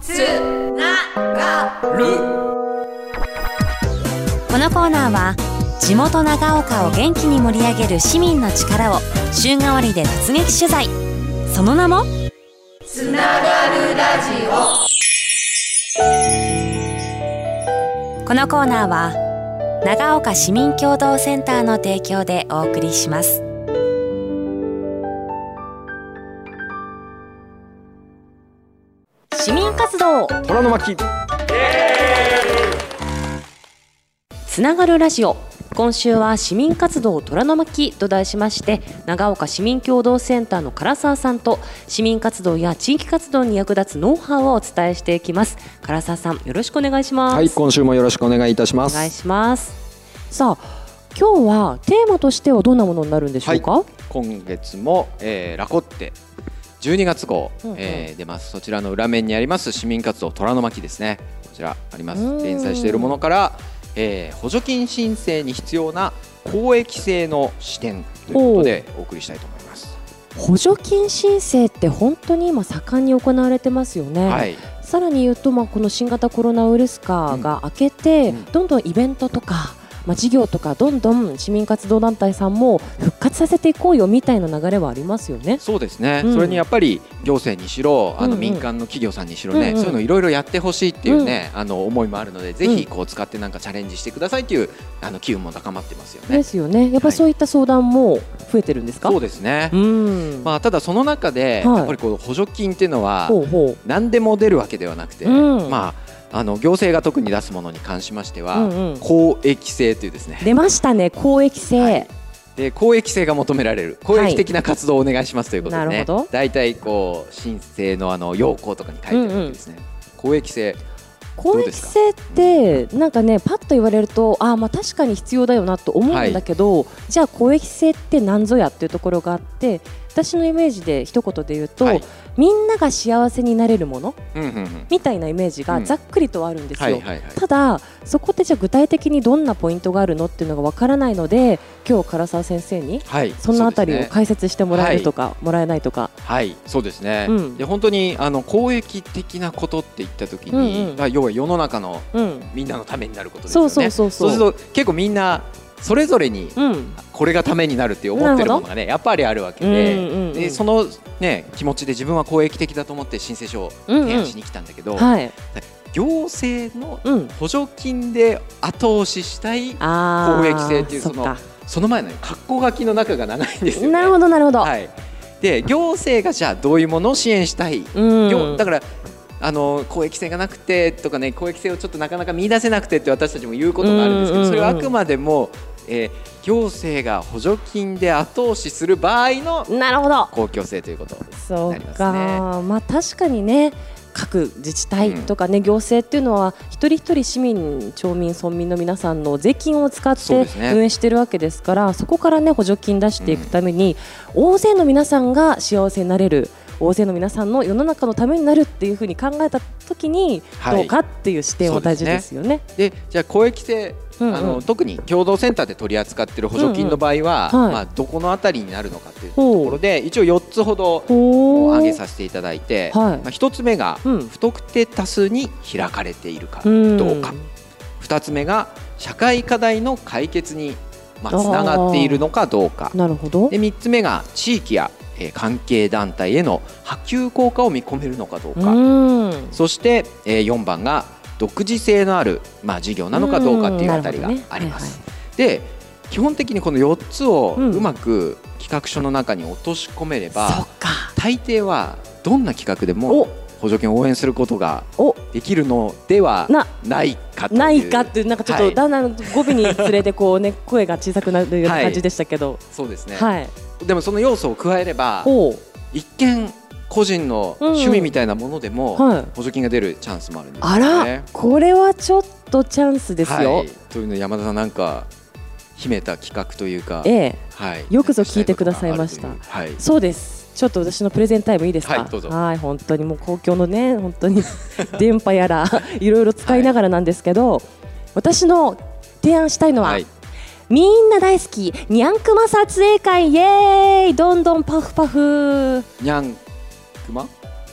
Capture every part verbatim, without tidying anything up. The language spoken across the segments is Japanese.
つながる。 このコーナーは地元長岡を元気に盛り上げる市民の力を週替わりで突撃取材。その名もつながるラジオ。このコーナーは長岡市民共同センターの提供でお送りします。市民活動虎の巻つながるラジオ。今週は市民活動虎の巻と題しまして、長岡市民共同センターの唐沢さんと市民活動や地域活動に役立つノウハウをお伝えしていきます。唐沢さん、よろしくお願いします。 はい、今週もよろしくお願いいたします。 お願いします。さあ、今日はテーマとしてはどんなものになるんでしょうか。 はい、今月も、えー、ラコッテじゅうにがつ号、 うんうんえー、出ます。そちらの裏面にあります市民活動虎の巻ですね。こちらあります。連載しているものから、えー、補助金申請に必要な公益性の視点ということでお送りしたいと思います。 補助金申請って本当に今盛んに行われてますよね。 はい、 さらに言うと、まあ、この新型コロナウイルス化が明けて、うん、どんどんイベントとか、まあ、事業とかどんどん市民活動団体さんも復活させていこうよみたいな流れはありますよね。 そうですね、 うん、 それにやっぱり行政にしろあのうんうん民間の企業さんにしろね、 うんうん、 そういうのいろいろやってほしいっていうね、うん、あの思いもあるので、ぜひこう使ってなんかチャレンジしてくださいっていうあの機運も高まってますよね。 ですよね。やっぱりそういった相談も増えてるんですか。 はい、そうですね、 うん、 まあ、ただその中で、はい、やっぱりこう補助金っていうのは何でも出るわけではなくて、うん、まああの行政が特に出すものに関しましては、うんうん、公益性というですね、 出ましたね、公益性、はい、 で公益性が求められる公益的な活動をお願いしますということでね、 はい、 だいたいこう申請のあの要項とかに書いてあるわけですね、うんうん、公益性公益性ってなんかね、パッと言われると、あ、まあ確かに必要だよなと思うんだけど、はい、じゃあ公益性って何ぞやっていうところがあって、私のイメージで一言で言うと、はい、みんなが幸せになれるもの、うんうんうん、みたいなイメージがざっくりとはあるんですよ、うんはいはいはい、ただそこでじゃあ具体的にどんなポイントがあるのっていうのがわからないので、今日唐沢先生にそのあたりを解説してもらえるとか、はい、もらえないとか。 はい、そうですね、うん、で本当にあの公益的なことって言った時に、うんうん、要は世の中のみんなのためになることですよね。そうそうそうそう。そうすると結構みんなそれぞれにこれがためになるって思ってるものがね、やっぱりあるわけで、うんうんうん、でその、ね、気持ちで自分は公益的だと思って申請書を提案しに来たんだけど、うんうん、はい、行政の補助金で後押ししたい公益性っていう、その、その前の括弧書きの中が長いんですよね。 なるほどなるほど、 はい、で行政がじゃあどういうものを支援したい、うん、だからあの公益性がなくてとかね、公益性をちょっとなかなか見出せなくてって私たちも言うことがあるんですけど、それはあくまでも、えー、行政が補助金で後押しする場合の公共性ということになりますね。 そうか、まあ確かにね、各自治体とかね、うん、行政っていうのは一人一人市民、町民、村民の皆さんの税金を使って運営してるわけですから、 そ, ね、そこからね補助金出していくために、うん、大勢の皆さんが幸せになれる、大勢の皆さんの世の中のためになるっていうふうに考えたときにどうかっていう視点は大事ですよね。 で、じゃあ公益性、うんうん、あの特に共同センターで取り扱っている補助金の場合は、うんうん、はい、まあ、どこのあたりになるのかというところで一応よっつほど挙げさせていただいて、はい、まあ、ひとつめが不特定多数に開かれているかどうか、うん、ふたつめが社会課題の解決にまあつながっているのかどうか、 なるほど。でみっつめが地域やえー、関係団体への波及効果を見込めるのかどうか、うん、そして、えー、よんばんが独自性のある、まあ、事業なのかどうかっていうあたりがあります、ね、はいはい、で基本的にこのよっつをうまく企画書の中に落とし込めれば、うん、大抵はどんな企画でも補助金を応援することができるのではないかという、 ないかっていう、なんかちょっとだんだん語尾につれてこう、ね、声が小さくなるような感じでしたけど、はい、 そうですね、 はい、 でもその要素を加えれば一見個人の趣味みたいなものでも補助金が出るチャンスもあるんですよね、 あら、これはちょっとチャンスですよ、はい、 というの山田さん、なんか秘めた企画というか、 ええ、はい、よくぞ聞いてくださいました。はい、そうです。ちょっと私のプレゼンタイムいいですか。 はい、どうぞ。 はい、本当にもう公共のね、本当に電波やらいろいろ使いながらなんですけど、はい、私の提案したいのは、はい、みんな大好きにゃんくま撮影会、イエーイ、どんどんパフパフ。 にゃんくま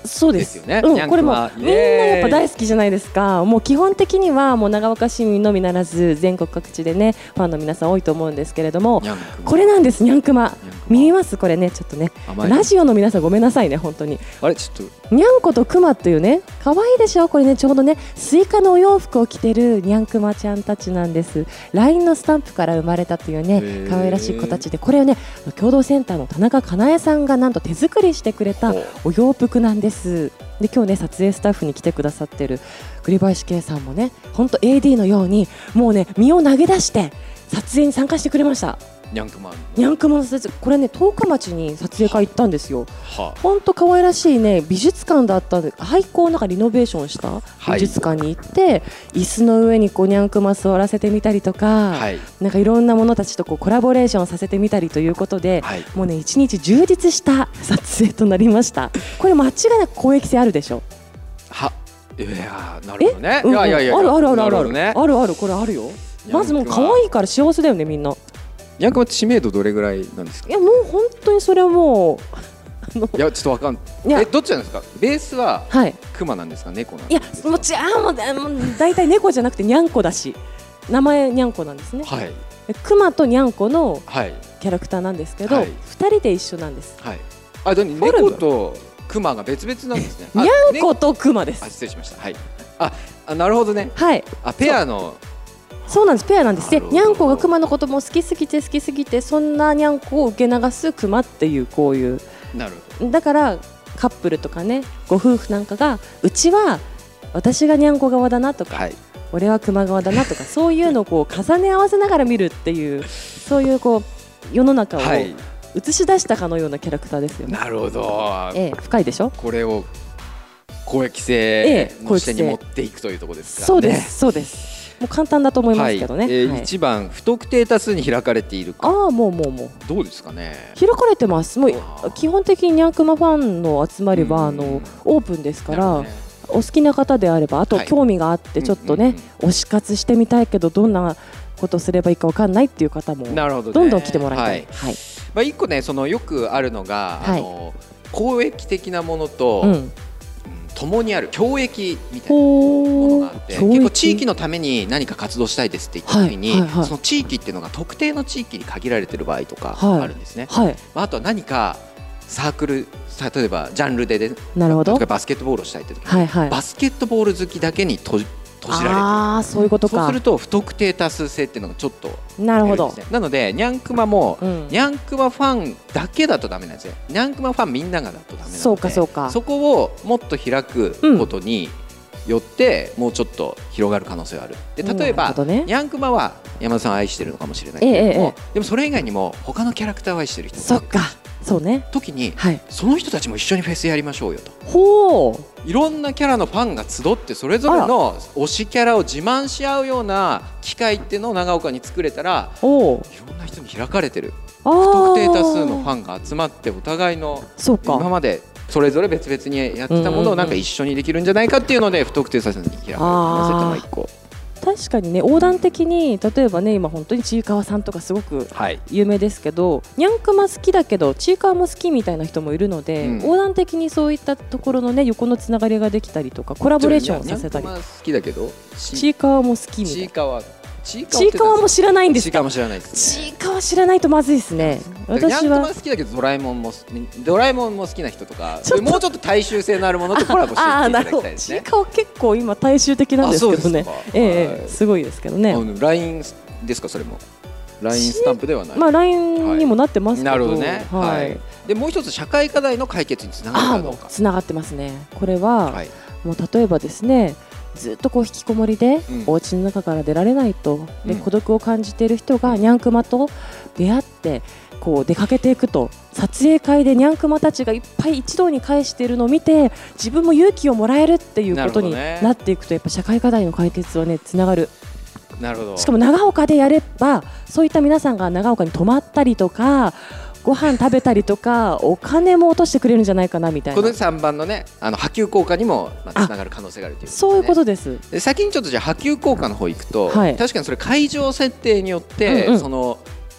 そうですよね、 うん、これもみんなやっぱ大好きじゃないですか。もう基本的にはもう長岡市民のみならず全国各地でねファンの皆さん多いと思うんですけれども、これなんです。にゃんくま見えますこれね。ちょっとねラジオの皆さんごめんなさいね本当に。 あれちょっとにゃんことくまっていうね可愛いでしょこれね。ちょうどねスイカのお洋服を着てるにゃんくまちゃんたちなんです。 ライン のスタンプから生まれたというね可愛らしい子たちで、これをね共同センターの田中かなえさんがなんと手作りしてくれたお洋服なんです。で今日ね撮影スタッフに来てくださってる栗林圭さんもね本当 エーディー のようにもうね身を投げ出して撮影に参加してくれました。 にゃんくまにゃんくまの撮影、これね十日町に撮影会行ったんですよ。本当可愛らしいね美術館だったんで、廃校なんかリノベーションした美術館に行って、はい、椅子の上にこうにゃんくま座らせてみたりとか、はい、なんかいろんなものたちとこうコラボレーションさせてみたりということで、はい、もうね一日充実した撮影となりました。これ間違いなく公益性あるでしょ。 はいやなるほどね。いやいやいやあるあるあるあるある、ね、あるあるこれあるよ。まずもう可愛いから幸せだよねみんな。 にゃんくまって知名度どれぐらいなんですか。 いやもう本当にそれはもういやちょっとわかんない。えどっちなんですか。ベースはクマなんですか、はい、猫なんですか。 いやもちあもうもう大体猫じゃなくてにゃんこだし名前にゃんこなんですね。はい。クマとにゃんこのキャラクターなんですけど、はい、ふたりで一緒なんです。はい。 あでも猫とクマが別々なんですね。 にゃんことクマです。 あ失礼しました。はい。ああなるほどね。はい。あペアのそうなんです。ペアなんです。でにゃんこがクマのことも好きすぎて好きすぎてそんなにゃんこを受け流すクマっていうこういうなるほど。 だからカップルとかねご夫婦なんかがうちは私がにゃんこ側だなとか、はい、俺はクマ側だなとかそういうのをこう重ね合わせながら見るっていうそういうこう世の中を映し出したかのようなキャラクターですよね。 なるほど、 ええ、深いでしょ。 これを公益性の視点に持っていくというところですかね。 そうですそうです。もう簡単だと思いますけどね。 はいえーはい、いちばん不特定多数に開かれているか。 ああもうもうもうどうですかね。 開かれてます。もう基本的ににゃんくまファンの集まりはあのオープンですから、ね、お好きな方であればあと興味があってちょっとね、はいうんうんうん、推し活してみたいけどどんなことすればいいか分かんないっていう方もどんどん来てもらいたい。はいはいまあ、いっこねそのよくあるのが、はい、あの公益的なものと、うん共にある共益みたいなものがあって結構地域のために何か活動したいですって言った時に、はいはいはい、その地域っていうのが特定の地域に限られている場合とかあるんですね、はいはいまあ、あとは何かサークル例えばジャンルで、ね、 なるほどバスケットボールをしたいって時に、はいはい、バスケットボール好きだけに閉じ閉じられている。 あーそういうことか。 そうすると不特定多数性っていうのがちょっと、ね、 なるほど。 なのでにゃんくまも、うん、にゃんくまファンだけだとダメなんですよ。にゃんくまファンみんながだとダメなのでそうかそうかそこをもっと開くことによって、うん、もうちょっと広がる可能性がある。で例えば、ね、にゃんくまは山田さん愛してるのかもしれないけれども、えええ、でもそれ以外にも他のキャラクターを愛してる人がそっかそうね時に、はい、その人たちも一緒にフェスやりましょうよと。 ほういろんなキャラのファンが集ってそれぞれの推しキャラを自慢し合うような機会っていうのを長岡に作れたらいろんな人に開かれてる不特定多数のファンが集まってお互いの今までそれぞれ別々にやってたものをなんか一緒にできるんじゃないかっていうので不特定多数に開かれてますってのがいっこ。 確かにね横断的に例えばね今本当にちいかわさんとかすごく有名ですけど、はい、にゃんくま好きだけどちいかわも好きみたいな人もいるので、うん、横断的にそういったところのね横のつながりができたりとかコラボレーションをさせたり。 にゃんくま好きだけどちいかわも好きみたいな。 ちいかわちいかわも知らないんですか。 ちいかわも知らないですね。ちいかわ知らないとまずいですね。私はにゃんくま好きだけどドラえもんもドラえもんも好きな人とかもうちょっと大衆性のあるものとコラボしていただきたいですね。 ちいかわ結構今大衆的なんですけどね。ええすごいですけどね。 ライン ですかそれも。ライン スタンプではない。 まあ ライン にもなってますけど。 なるほどね。はい。でもう一つ社会課題の解決につながるかどうか。 つながってますね。これはもう例えばですね。ずっとこう引きこもりで、うん、お家の中から出られないとで、うん、孤独を感じている人がにゃんくまと出会ってこう出かけていくと撮影会でにゃんくまたちがいっぱい一堂に会しているのを見て自分も勇気をもらえるっていうことになっていくとやっぱ社会課題の解決はねつながる。 なるほど。 しかも長岡でやればそういった皆さんが長岡に泊まったりとかご飯食べたりとかお金も落としてくれるんじゃないかなみたいな。 このさんばんのねあの波及効果にもつながる可能性があるということですね。 そういうことです。 で先にちょっとじゃあ波及効果の方行くと、はい、確かにそれ会場設定によって、うんうん、その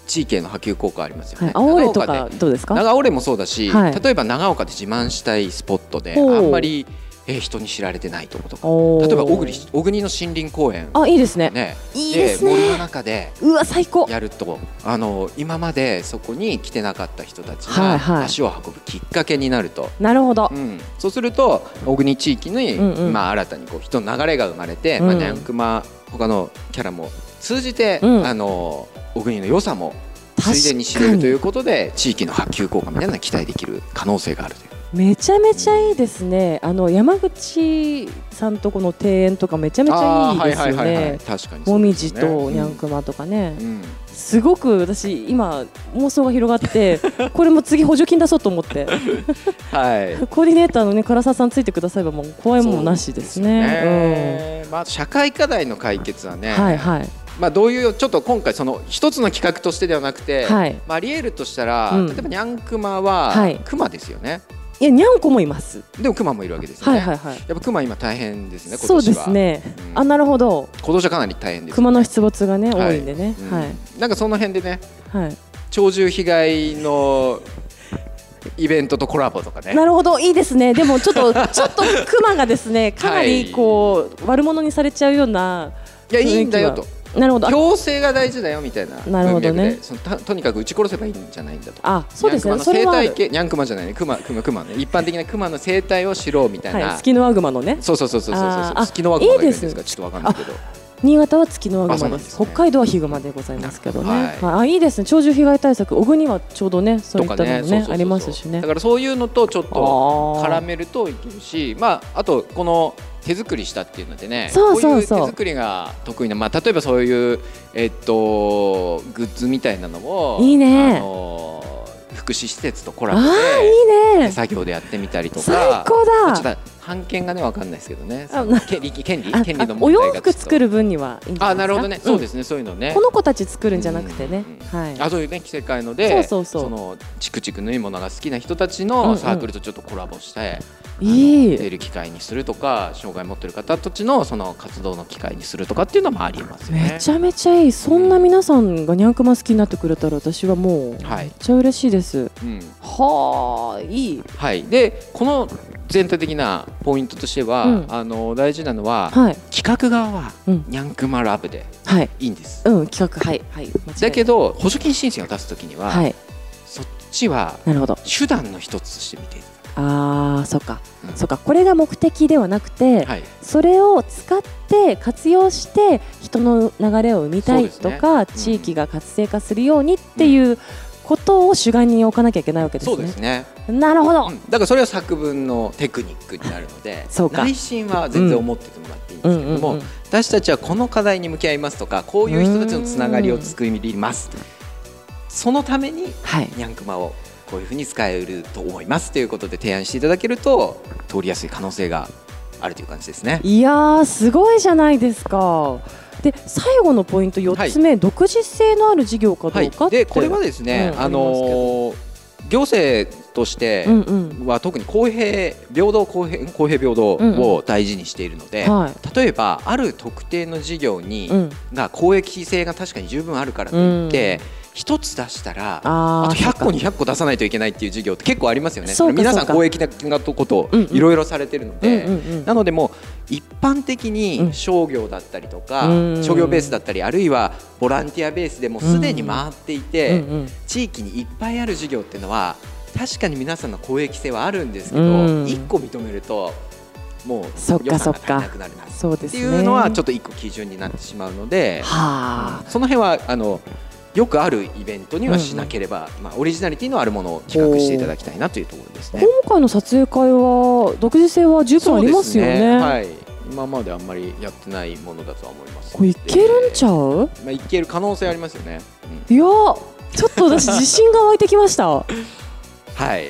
地域への波及効果ありますよね。 はい、青折とかどうですか？ 長折もそうだし、はい、例えば長岡で自慢したいスポットであんまりえー、人に知られてないところとか、例えば小国小国の森林公園、 あ、いいですね。 ね、 いいですね。 森の中でうわ最高やると、あの今までそこに来てなかった人たちが足を運ぶきっかけになると。 なるほど。 うん、そうすると小国地域に、うんうん、まあ新たにこう人の流れが生まれて、うん、まあニャンクマ他のキャラも通じて、うん、あの小国の良さもついでに知れるということで地域の波及効果みたいなのが期待できる可能性があるという。 めちゃめちゃいいですね。あの山口さんとこの庭園とかめちゃめちゃいいですよね。 確かにもみじとニャンクマとかね、うん、すごく私今妄想が広がってこれも次補助金出そうと思って、はい、コーディネーターのね唐沢さんついてくださればもう怖いものなしですね。 ですね、うん、まあ、社会課題の解決はね、 はいはい、 まあ、どういうちょっと今回その一つの企画としてではなくて、はい、まあ、ありえるとしたら、うん、例えばニャンクマはクマですよね。 いや、ニャンコもいます。 でもクマもいるわけですよね。はいはいはい、やっぱクマ今大変ですね。今年は。 そうですね。うん、あ、なるほど。 今年はかなり大変です、ね。 クマの出没がね、はい、多いんでね。 うん、はい。なんかその辺でね、はい、鳥獣被害のイベントとコラボとかね。 なるほど、いいですね。でもちょっとちょっとクマがですね、かなりこう、はい、悪者にされちゃうような。 いや、いいんだよと。 なるほど、 強制が大事だよみたいな文脈で、 その と, とにかく撃ち殺せばいいんじゃないんだと。 あ、そうですね。 生態系、ニャンクマじゃないね、クマクマクマね、一般的なクマの生態を知ろうみたいな。 はい、ツキノワグマのね。 そうそうそうそうそうそう。ツキノワグマがいるんですか、ちょっとわかんないけど。 新潟はツキノワグマです。北海道はヒグマでございますけどね。はい、あ、いいですね。鳥獣被害対策、小国はちょうどね、そういったのもねありますしね。 だからそういうのとちょっと絡めるといけるし、まああとこの手作りしたっていうのでね、 そうそうそう、 こういう手作りが得意な、まあ、例えばそういう、えっと、グッズみたいなのをいいね、 あの福祉施設とコラボでいいね、 手作業でやってみたりとか、 最高だ。 ちょっと版権がね分かんないですけどね、権利権利権利の問題がお洋服作る分にはいいんじゃないですか。 あ、なるほどね、そうですね、そういうのね、 この子たち作るんじゃなくてね、はい、 あ、そういうね着せ替えので、そのチクチク縫い物が好きな人たちのサークルとちょっとコラボして、いい出る機会にするとか、障害持ってる方たちのその活動の機会にするとかっていうのもありますよね。 めちゃめちゃいい。そんな皆さんがニャンクマ好きになってくれたら私はもうめっちゃ嬉しいです。うん、はあ、いい。 はい。でこの全体的なポイントとしては、うん、あの大事なのは、はい、企画側は、うん、ニャンクマラブでいいんです。 はい、うん、企画、はいはい。 だけど補助金申請を出すときには、はい、そっちは手段の一つとして見ている。 ああ、そっか、うん、そっか、これが目的ではなくて、はい、それを使って活用して人の流れを生みたいとか、ね、うん、地域が活性化するようにっていうことを主眼に置かなきゃいけないわけですね。 そうですね。 なるほど、 うん、だからそれは作文のテクニックになるので内心は全然思っててもらっていいんですけども、うんうんうんうん、私たちはこの課題に向き合いますとか、こういう人たちのつながりを作ります、そのためにニャンクマをこういうふうに使えると思いますということで提案していただけると通りやすい可能性があるという感じですね。 いやー、すごいじゃないですか。で最後のポイントよっつめ、はい、独自性のある事業かどうかって、はい、でこれはですね、うん、あのー、行政としては特に公平平等公平公平平等を大事にしているので、うんうん、例えばある特定の事業に、うん、が公益性が確かに十分あるからといって、うん一つ出したら あ, あとひゃっこにひゃっこ出さないといけないっていう事業って結構ありますよね。皆さん公益なことをいろいろされてるので、なのでもう一般的に商業だったりとか、うん、商業ベースだったりあるいはボランティアベースでもうすでに回っていて、うんうんうん、地域にいっぱいある事業っていうのは確かに皆さんの公益性はあるんですけど、うん、いっこ認めるともう予算が足りなくなるなっていうのはちょっといっこ基準になってしまうので、うん、その辺はあのよくあるイベントにはしなければ、うん、まあ、オリジナリティのあるものを企画していただきたいなというところですね。 今回の撮影会は独自性は十分ありますよ ね, ね、 はい、今まであんまりやってないものだとは思います。 これいけるんちゃう？ まあ、いける可能性ありますよね、 うん、いやちょっと私自信が湧いてきましたはい、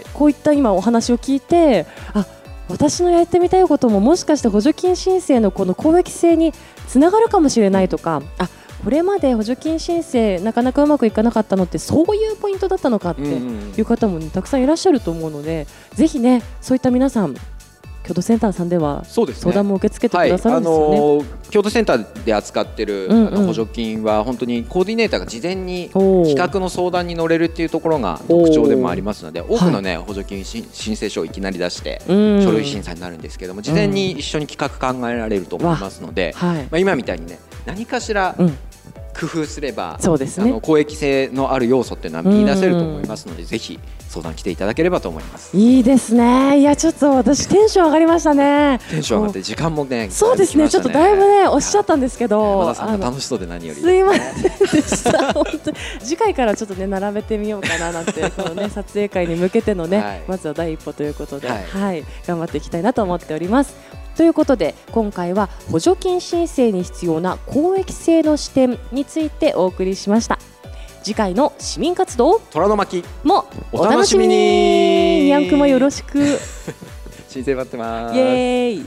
こういった今お話を聞いて、あ、私のやってみたいことももしかして補助金申請のこの公益性につながるかもしれないとか、あ、これまで補助金申請なかなかうまくいかなかったのってそういうポイントだったのかっていう方も、ね、たくさんいらっしゃると思うので、ぜひねそういった皆さん京都センターさんでは相談も受け付けてくださるんですよね。 はい、あのー、京都センターで扱ってる、うんうん、あの補助金は本当にコーディネーターが事前に企画の相談に乗れるっていうところが特徴でもありますので、多くの、ね、補助金申請書をいきなり出して書類審査になるんですけども、事前に一緒に企画考えられると思いますので、はい、まあ、今みたいにね何かしら、うん、工夫すれば、そうですね、あの公益性のある要素っていうのは見出せると思いますので、ぜひ相談来ていただければと思います。 いいですね。いやちょっと私テンション上がりましたね。 テンション上がって時間もね、 そうですね、ちょっとだいぶねおっしゃったんですけど、 和田さんが楽しそうで何よりすいませんでした本当に次回からちょっとね並べてみようかななんてこのね撮影会に向けてのね、はい、まずは第一歩ということで、はい、はい、頑張っていきたいなと思っております。ということで今回は補助金申請に必要な公益性の視点についてお送りしました。次回の市民活動虎の巻もお楽しみに。にゃんくもよろしく申請待ってます。 イエーイ。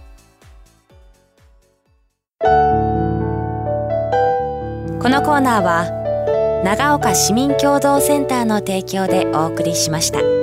このコーナーは長岡市民協同センターの提供でお送りしました。